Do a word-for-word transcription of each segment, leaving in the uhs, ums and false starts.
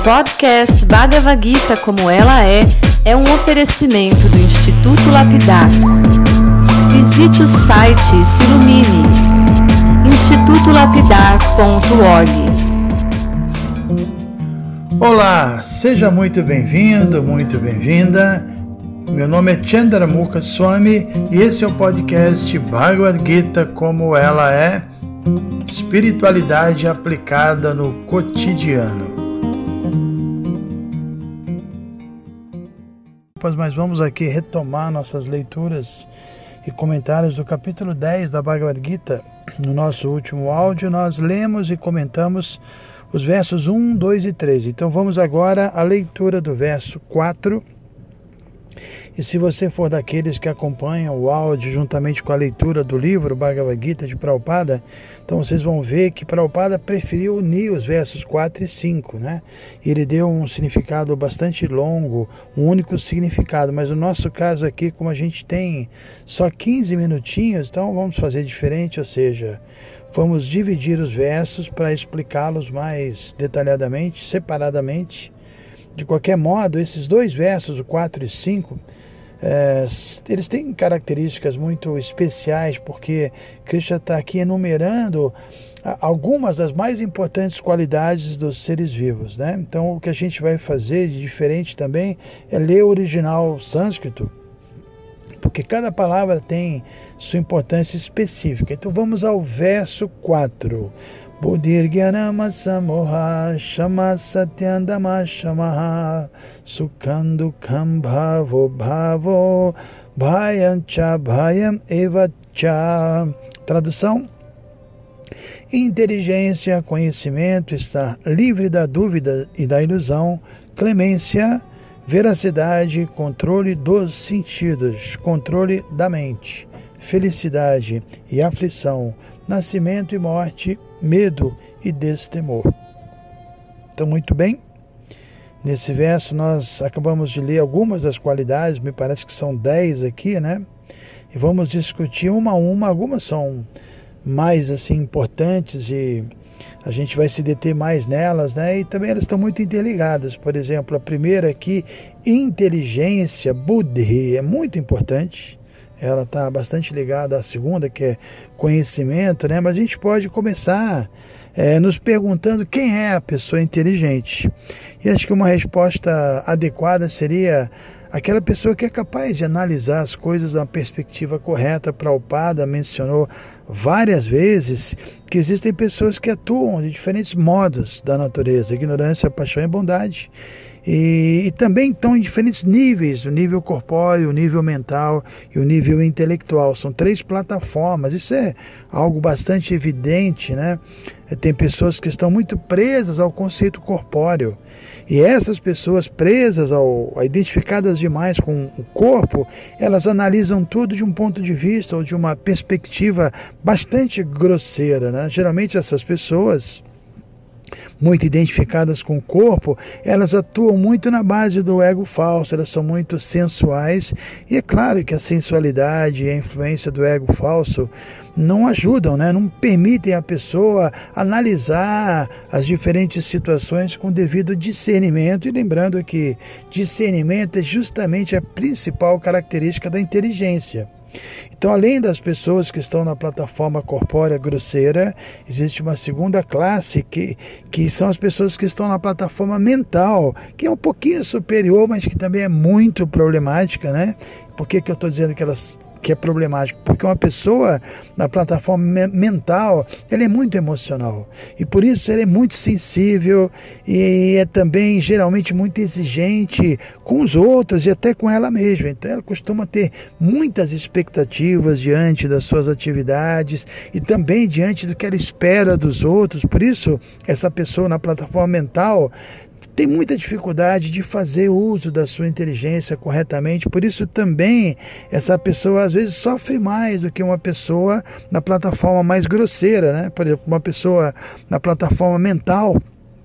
podcast Bhagavad Gita Como Ela É é um oferecimento do Instituto Lapidar. Visite o site e se ilumine. instituto lapidar ponto org. Olá, seja muito bem-vindo, muito bem-vinda. Meu nome é Chandramukha Swami e esse é o podcast Bhagavad Gita Como Ela É, espiritualidade aplicada no cotidiano. Mas vamos aqui retomar nossas leituras e comentários do capítulo dez da Bhagavad Gita. No nosso último áudio nós lemos e comentamos os versos um, dois e três. Então vamos agora à leitura do verso quatro. E se você for daqueles que acompanham o áudio juntamente com a leitura do livro Bhagavad Gita de Prabhupada, então vocês vão ver que Prabhupada preferiu unir os versos quatro e cinco, né? E ele deu um significado bastante longo, um único significado, mas no nosso caso aqui, como a gente tem só quinze minutinhos, então vamos fazer diferente, ou seja, vamos dividir os versos para explicá-los mais detalhadamente, separadamente. De qualquer modo, esses dois versos, o quatro e cinco, é, eles têm características muito especiais, porque Krishna está aqui enumerando algumas das mais importantes qualidades dos seres vivos, né? Então, o que a gente vai fazer de diferente também é ler o original sânscrito, porque cada palavra tem sua importância específica. Então, vamos ao verso quatro. Buddhirgyanama samoha shama satyandama shamaha sukhandukham bhavo bhavo bhayancha bhayam evacha. Tradução: inteligência, conhecimento, estar livre da dúvida e da ilusão, clemência, veracidade, controle dos sentidos, controle da mente, felicidade e aflição, nascimento e morte, medo e destemor. Então, muito bem. Nesse verso nós acabamos de ler algumas das qualidades, me parece que são dez aqui, né? E vamos discutir uma a uma. Algumas são mais assim importantes e a gente vai se deter mais nelas, né? E também elas estão muito interligadas. Por exemplo, a primeira aqui, inteligência, buddhi, é muito importante. Ela está bastante ligada à segunda, que é conhecimento, né? Mas a gente pode começar é, nos perguntando quem é a pessoa inteligente. E acho que uma resposta adequada seria aquela pessoa que é capaz de analisar as coisas da perspectiva correta. Prabhupada mencionou várias vezes que existem pessoas que atuam de diferentes modos da natureza: ignorância, paixão e bondade. E, e também estão em diferentes níveis, o nível corpóreo, o nível mental e o nível intelectual. São três plataformas, isso é algo bastante evidente, né? Tem pessoas que estão muito presas ao conceito corpóreo, e essas pessoas presas, ao, identificadas demais com o corpo, elas analisam tudo de um ponto de vista ou de uma perspectiva bastante grosseira, né? Geralmente essas pessoas muito identificadas com o corpo, elas atuam muito na base do ego falso, elas são muito sensuais, e é claro que a sensualidade e a influência do ego falso não ajudam, né? Não permitem a pessoa analisar as diferentes situações com devido discernimento, e lembrando que discernimento é justamente a principal característica da inteligência. Então, além das pessoas que estão na plataforma corpórea grosseira, existe uma segunda classe que, que são as pessoas que estão na plataforma mental, que é um pouquinho superior, mas que também é muito problemática, né? Por que que eu estou dizendo que elas que é problemático? Porque uma pessoa na plataforma me- mental, ela é muito emocional, e por isso ela é muito sensível e é também geralmente muito exigente com os outros e até com ela mesma. Então ela costuma ter muitas expectativas diante das suas atividades e também diante do que ela espera dos outros. Por isso essa pessoa na plataforma mental tem muita dificuldade de fazer uso da sua inteligência corretamente. Por isso também essa pessoa às vezes sofre mais do que uma pessoa na plataforma mais grosseira, né? Por exemplo, uma pessoa na plataforma mental,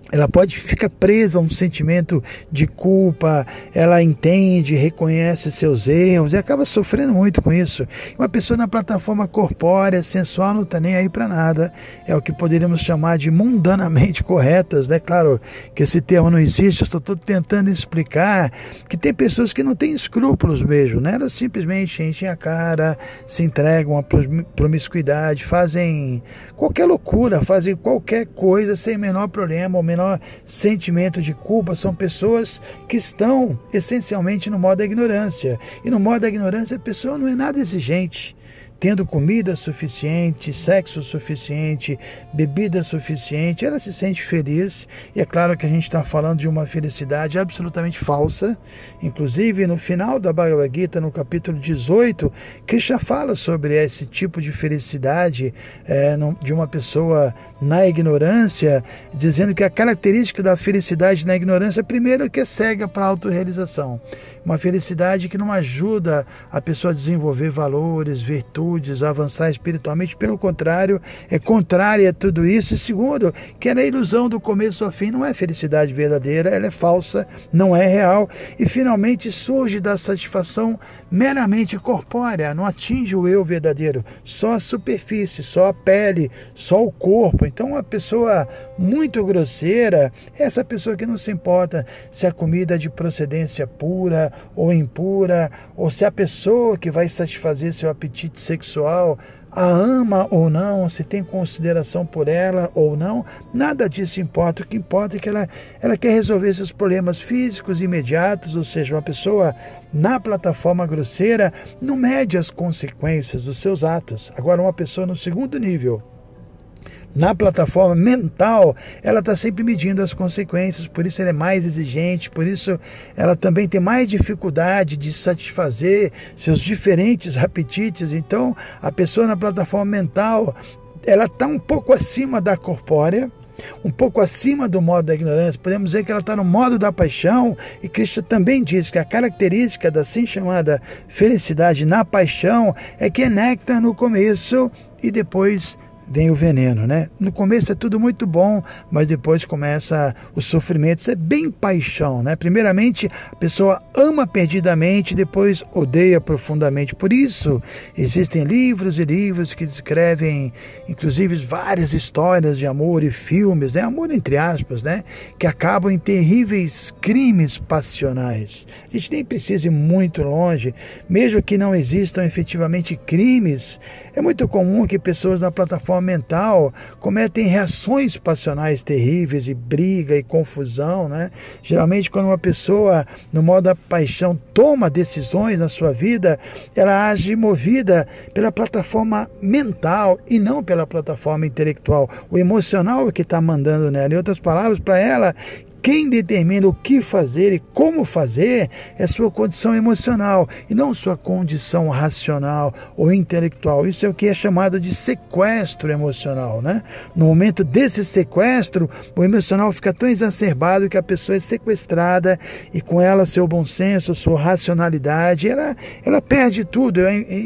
ela pode ficar presa a um sentimento de culpa, ela entende, reconhece seus erros e acaba sofrendo muito com isso. Uma pessoa na plataforma corpórea, sensual, não está nem aí para nada, é o que poderíamos chamar de mundanamente corretas, né? Claro que esse termo não existe, eu estou tentando explicar que tem pessoas que não têm escrúpulos mesmo, né? Elas simplesmente enchem a cara, se entregam à promiscuidade, fazem qualquer loucura, fazem qualquer coisa sem o menor problema, o menor sentimento de culpa. São pessoas que estão essencialmente no modo da ignorância. E no modo da ignorância a pessoa não é nada exigente. Tendo comida suficiente, sexo suficiente, bebida suficiente, ela se sente feliz. E é claro que a gente está falando de uma felicidade absolutamente falsa. Inclusive, no final da Bhagavad Gita, no capítulo dezoito, Krishna fala sobre esse tipo de felicidade é, de uma pessoa na ignorância, dizendo que a característica da felicidade na ignorância, primeiro, é que é cega para a autorrealização. Uma felicidade que não ajuda a pessoa a desenvolver valores, virtudes, a avançar espiritualmente. Pelo contrário, é contrária a tudo isso. E segundo, que é a ilusão do começo ao fim, não é felicidade verdadeira, ela é falsa, não é real. E finalmente surge da satisfação meramente corpórea, não atinge o eu verdadeiro, só a superfície, só a pele, só o corpo. Então uma pessoa muito grosseira é essa pessoa que não se importa se a comida é de procedência pura ou impura, ou se a pessoa que vai satisfazer seu apetite sexual a ama ou não, se tem consideração por ela ou não, nada disso importa. O que importa é que ela, ela quer resolver seus problemas físicos imediatos, ou seja, uma pessoa na plataforma grosseira não mede as consequências dos seus atos. Agora, uma pessoa no segundo nível, na plataforma mental, ela está sempre medindo as consequências, por isso ela é mais exigente, por isso ela também tem mais dificuldade de satisfazer seus diferentes apetites. Então, a pessoa na plataforma mental, ela está um pouco acima da corpórea, um pouco acima do modo da ignorância. Podemos dizer que ela está no modo da paixão, e Krishna também diz que a característica da assim chamada felicidade na paixão é que é néctar no começo e depois vem o veneno, né? No começo é tudo muito bom, mas depois começa o sofrimento. Isso é bem paixão, né? Primeiramente, a pessoa ama perdidamente, depois odeia profundamente. Por isso, existem livros e livros que descrevem, inclusive, várias histórias de amor e filmes, né? Amor entre aspas, né? Que acabam em terríveis crimes passionais. A gente nem precisa ir muito longe, mesmo que não existam efetivamente crimes. É muito comum que pessoas na plataforma mental cometem reações passionais terríveis, e briga e confusão, né? Geralmente, quando uma pessoa no modo da paixão toma decisões na sua vida, ela age movida pela plataforma mental e não pela plataforma intelectual. O emocional é que está mandando nela. Em outras palavras, para ela, quem determina o que fazer e como fazer é sua condição emocional e não sua condição racional ou intelectual. Isso é o que é chamado de sequestro emocional, né? No momento desse sequestro, o emocional fica tão exacerbado que a pessoa é sequestrada, e com ela seu bom senso, sua racionalidade, ela, ela perde tudo.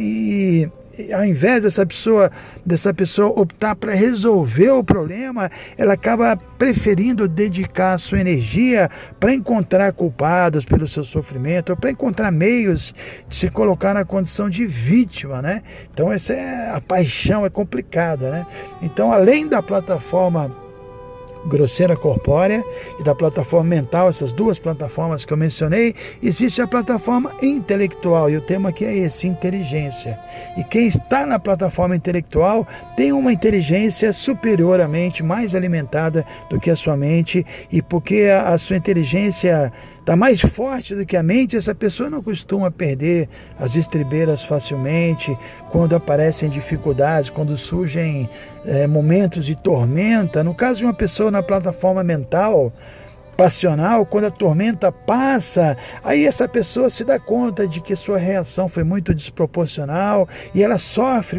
E, e ao invés dessa pessoa, dessa pessoa optar para resolver o problema, ela acaba preferindo dedicar a sua energia para encontrar culpados pelo seu sofrimento, ou para encontrar meios de se colocar na condição de vítima, né? Então essa é a paixão, é complicada, né? Então, além da plataforma grosseira corpórea e da plataforma mental, essas duas plataformas que eu mencionei, existe a plataforma intelectual, e o tema aqui é esse, inteligência. E quem está na plataforma intelectual tem uma inteligência superior à mente, mais alimentada do que a sua mente, e porque a, a sua inteligência está mais forte do que a mente, essa pessoa não costuma perder as estribeiras facilmente quando aparecem dificuldades, quando surgem é, momentos de tormenta. No caso de uma pessoa na plataforma mental, passional, quando a tormenta passa, aí essa pessoa se dá conta de que sua reação foi muito desproporcional e ela sofre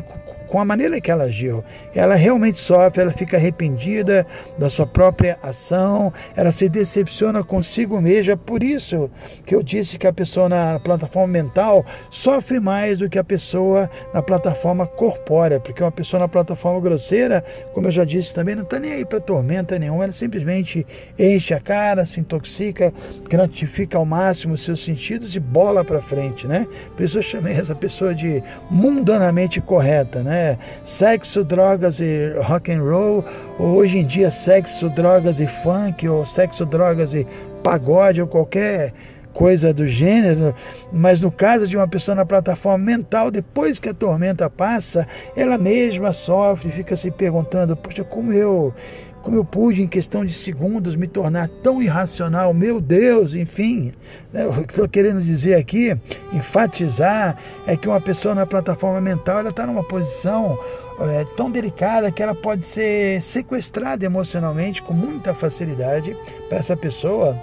com a maneira que ela agiu. Ela realmente sofre, ela fica arrependida da sua própria ação, ela se decepciona consigo mesma. Por isso que eu disse que a pessoa na plataforma mental sofre mais do que a pessoa na plataforma corpórea, porque uma pessoa na plataforma grosseira, como eu já disse também, não está nem aí para tormenta nenhuma, ela simplesmente enche a cara, se intoxica, gratifica ao máximo os seus sentidos e bola para frente, né? Por isso eu chamei essa pessoa de mundanamente correta, né? Sexo, drogas e rock and roll, ou hoje em dia sexo, drogas e funk, ou sexo, drogas e pagode, ou qualquer coisa do gênero. Mas no caso de uma pessoa na plataforma mental, depois que a tormenta passa, ela mesma sofre, fica se perguntando, poxa, como eu... como eu pude, em questão de segundos, me tornar tão irracional, meu Deus, enfim. Né, o que estou querendo dizer aqui, enfatizar, é que uma pessoa na plataforma mental, ela está numa posição é, tão delicada que ela pode ser sequestrada emocionalmente com muita facilidade. Para essa pessoa,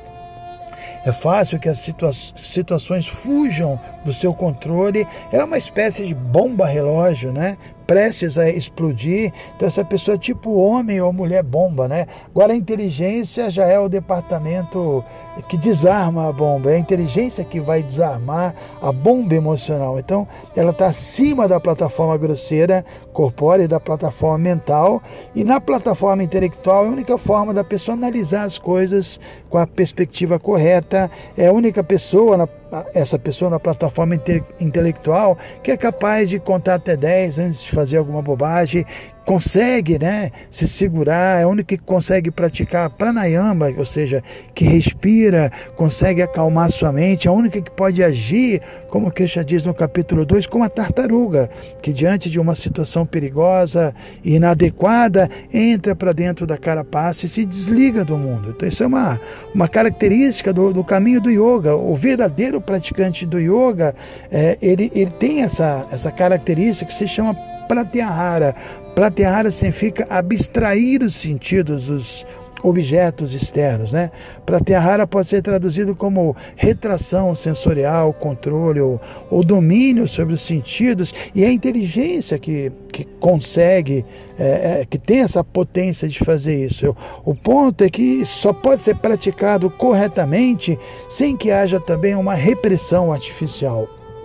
é fácil que as situa- situações fujam do seu controle. Ela é uma espécie de bomba-relógio, né? Prestes a explodir. Então essa pessoa é tipo homem ou mulher bomba, né? Agora a inteligência já é o departamento que desarma a bomba, é a inteligência que vai desarmar a bomba emocional. Então ela está acima da plataforma grosseira, corpórea, e da plataforma mental, e na plataforma intelectual é a única forma da pessoa analisar as coisas com a perspectiva correta. É a única pessoa, na, essa pessoa na plataforma inte, intelectual que é capaz de contar até dez antes de fazer alguma bobagem, consegue, né, se segurar, é a única que consegue praticar pranayama, ou seja, que respira, consegue acalmar sua mente, é a única que pode agir, como o Krishna diz no capítulo dois, como a tartaruga, que diante de uma situação perigosa e inadequada, entra para dentro da carapaça e se desliga do mundo. Então isso é uma, uma característica do, do caminho do yoga. O verdadeiro praticante do yoga, é, ele, ele tem essa, essa característica que se chama pratyahara. Pratyahara significa abstrair os sentidos dos objetos externos, né? Pratyahara pode ser traduzido como retração sensorial, controle ou, ou domínio sobre os sentidos, e é a inteligência que, que consegue, é, é, que tem essa potência de fazer isso. O ponto é que só pode ser praticado corretamente sem que haja também uma repressão artificial.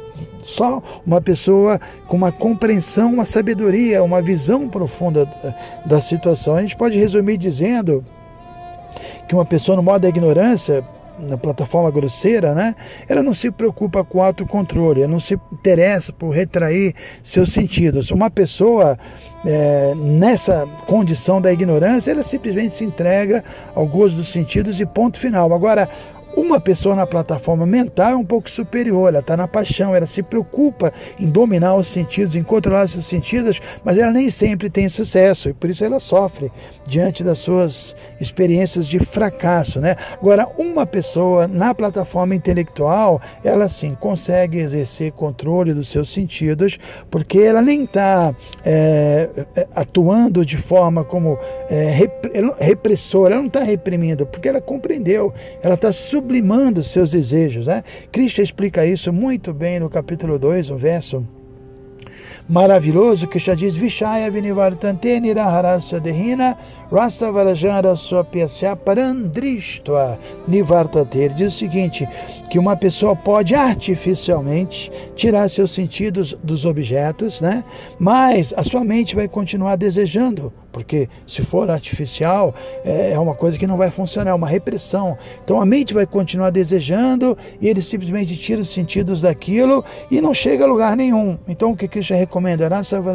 Só uma pessoa com uma compreensão, uma sabedoria, uma visão profunda da, da situação. A gente pode resumir dizendo que uma pessoa no modo da ignorância, na plataforma grosseira, né, ela não se preocupa com o autocontrole, ela não se interessa por retrair seus sentidos. Uma pessoa é, nessa condição da ignorância, ela simplesmente se entrega ao gozo dos sentidos e ponto final. Agora, uma pessoa na plataforma mental é um pouco superior, ela está na paixão, ela se preocupa em dominar os sentidos, em controlar seus sentidos, mas ela nem sempre tem sucesso e por isso ela sofre diante das suas experiências de fracasso, né? Agora, uma pessoa na plataforma intelectual, ela sim consegue exercer controle dos seus sentidos, porque ela nem está é, atuando de forma como é, repressora, ela não está reprimindo, porque ela compreendeu, ela está sublimando seus desejos, né? Krishna explica isso muito bem no capítulo dois, um verso maravilhoso, que já diz: Vishaya vinivartante niraharasya dehina rasa varajara swapyasya parandrishtva nivartate. Ele diz o seguinte, que uma pessoa pode artificialmente tirar seus sentidos dos objetos, né? Mas a sua mente vai continuar desejando, porque se for artificial, é uma coisa que não vai funcionar, é uma repressão. Então a mente vai continuar desejando e ele simplesmente tira os sentidos daquilo e não chega a lugar nenhum. Então o que Krishna recomenda?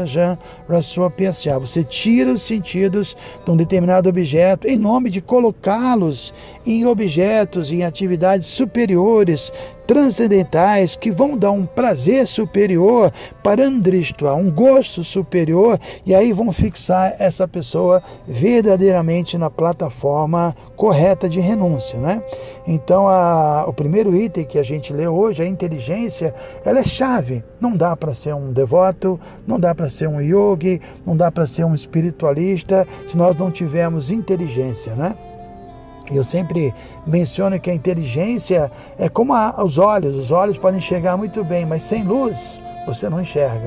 Você tira os sentidos de um determinado objeto em nome de colocá-los em objetos, em atividades superiores, transcendentais, que vão dar um prazer superior, parandristva, um gosto superior, e aí vão fixar essa pessoa verdadeiramente na plataforma correta de renúncia, né? Então, a, o primeiro item que a gente lê hoje, a inteligência, ela é chave. Não dá para ser um devoto, não dá para ser um yogi, não dá para ser um espiritualista, se nós não tivermos inteligência, né? Eu sempre menciono que a inteligência é como a, os olhos. Os olhos podem enxergar muito bem, mas sem luz você não enxerga.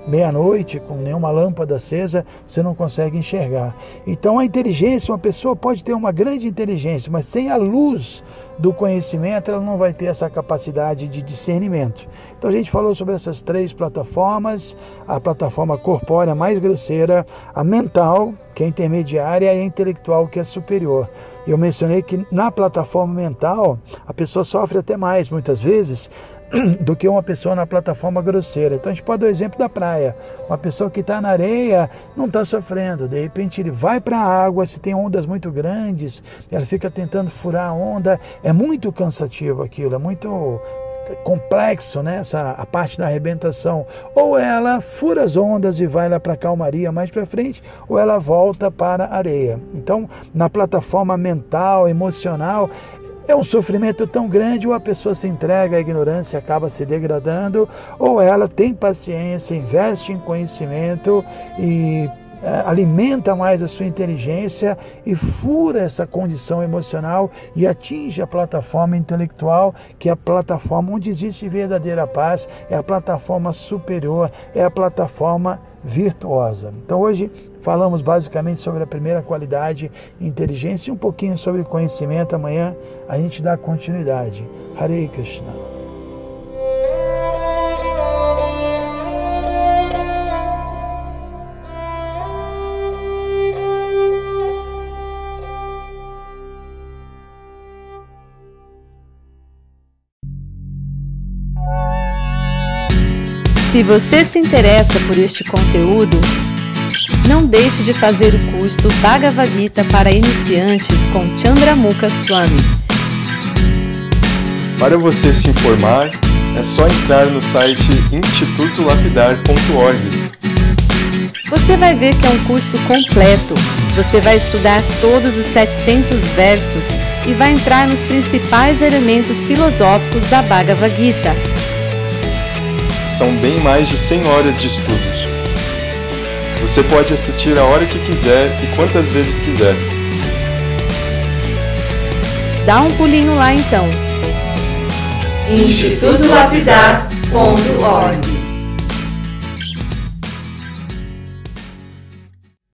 meia-noite, com nenhuma lâmpada acesa, você não consegue enxergar. Então a inteligência, uma pessoa pode ter uma grande inteligência, mas sem a luz do conhecimento, ela não vai ter essa capacidade de discernimento. Então a gente falou sobre essas três plataformas: a plataforma corpórea mais grosseira, a mental, que é intermediária, e a intelectual, que é superior. Eu mencionei que na plataforma mental, a pessoa sofre até mais, muitas vezes, do que uma pessoa na plataforma grosseira. Então a gente pode dar o exemplo da praia. Uma pessoa que está na areia não está sofrendo. De repente ele vai para a água, se tem ondas muito grandes, ela fica tentando furar a onda. É muito cansativo aquilo, é muito complexo, né? Essa, a parte da arrebentação. Ou ela fura as ondas e vai lá para a calmaria mais para frente, ou ela volta para a areia. Então, na plataforma mental, emocional, é um sofrimento tão grande, ou a pessoa se entrega à ignorância e acaba se degradando, ou ela tem paciência, investe em conhecimento e é, alimenta mais a sua inteligência e fura essa condição emocional e atinge a plataforma intelectual, que é a plataforma onde existe verdadeira paz, é a plataforma superior, é a plataforma virtuosa. Então hoje falamos basicamente sobre a primeira qualidade, inteligência, e um pouquinho sobre conhecimento. Amanhã a gente dá continuidade. Hare Krishna. Se você se interessa por este conteúdo, não deixe de fazer o curso Bhagavad Gita para iniciantes com Chandramukha Swami. Para você se informar, é só entrar no site instituto lapidar ponto org. Você vai ver que é um curso completo. Você vai estudar todos os setecentos versos e vai entrar nos principais elementos filosóficos da Bhagavad Gita. São bem mais de cem horas de estudos. Você pode assistir a hora que quiser e quantas vezes quiser. Dá um pulinho lá então. instituto lapidar ponto org